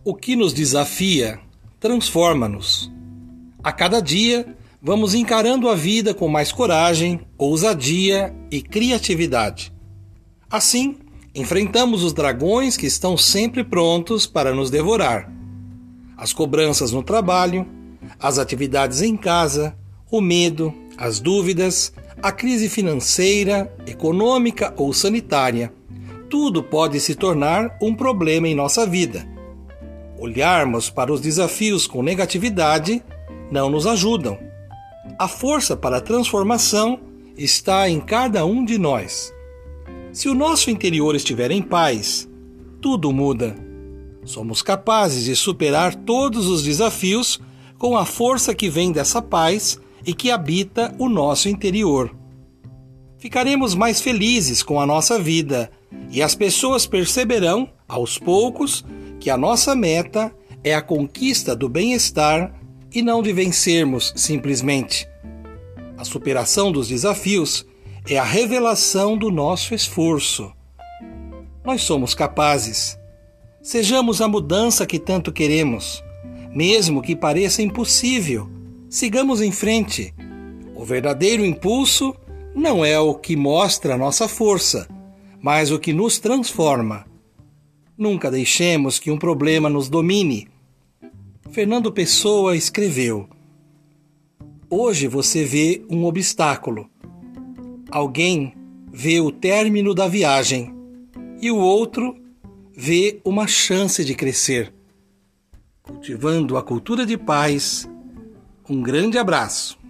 O que nos desafia transforma-nos. A cada dia, vamos encarando a vida com mais coragem, ousadia e criatividade. Assim, enfrentamos os dragões que estão sempre prontos para nos devorar. As cobranças no trabalho, as atividades em casa, o medo, as dúvidas, a crise financeira, econômica ou sanitária. Tudo pode se tornar um problema em nossa vida. Olharmos para os desafios com negatividade não nos ajudam. A força para a transformação está em cada um de nós. Se o nosso interior estiver em paz, tudo muda. Somos capazes de superar todos os desafios com a força que vem dessa paz e que habita o nosso interior. Ficaremos mais felizes com a nossa vida e as pessoas perceberão, aos poucos, que a nossa meta é a conquista do bem-estar e não de vencermos simplesmente. A superação dos desafios é a revelação do nosso esforço. Nós somos capazes. Sejamos a mudança que tanto queremos. Mesmo que pareça impossível, sigamos em frente. O verdadeiro impulso não é o que mostra a nossa força, mas o que nos transforma. Nunca deixemos que um problema nos domine. Fernando Pessoa escreveu: hoje você vê um obstáculo. Alguém vê o término da viagem e o outro vê uma chance de crescer. Cultivando a cultura de paz, um grande abraço.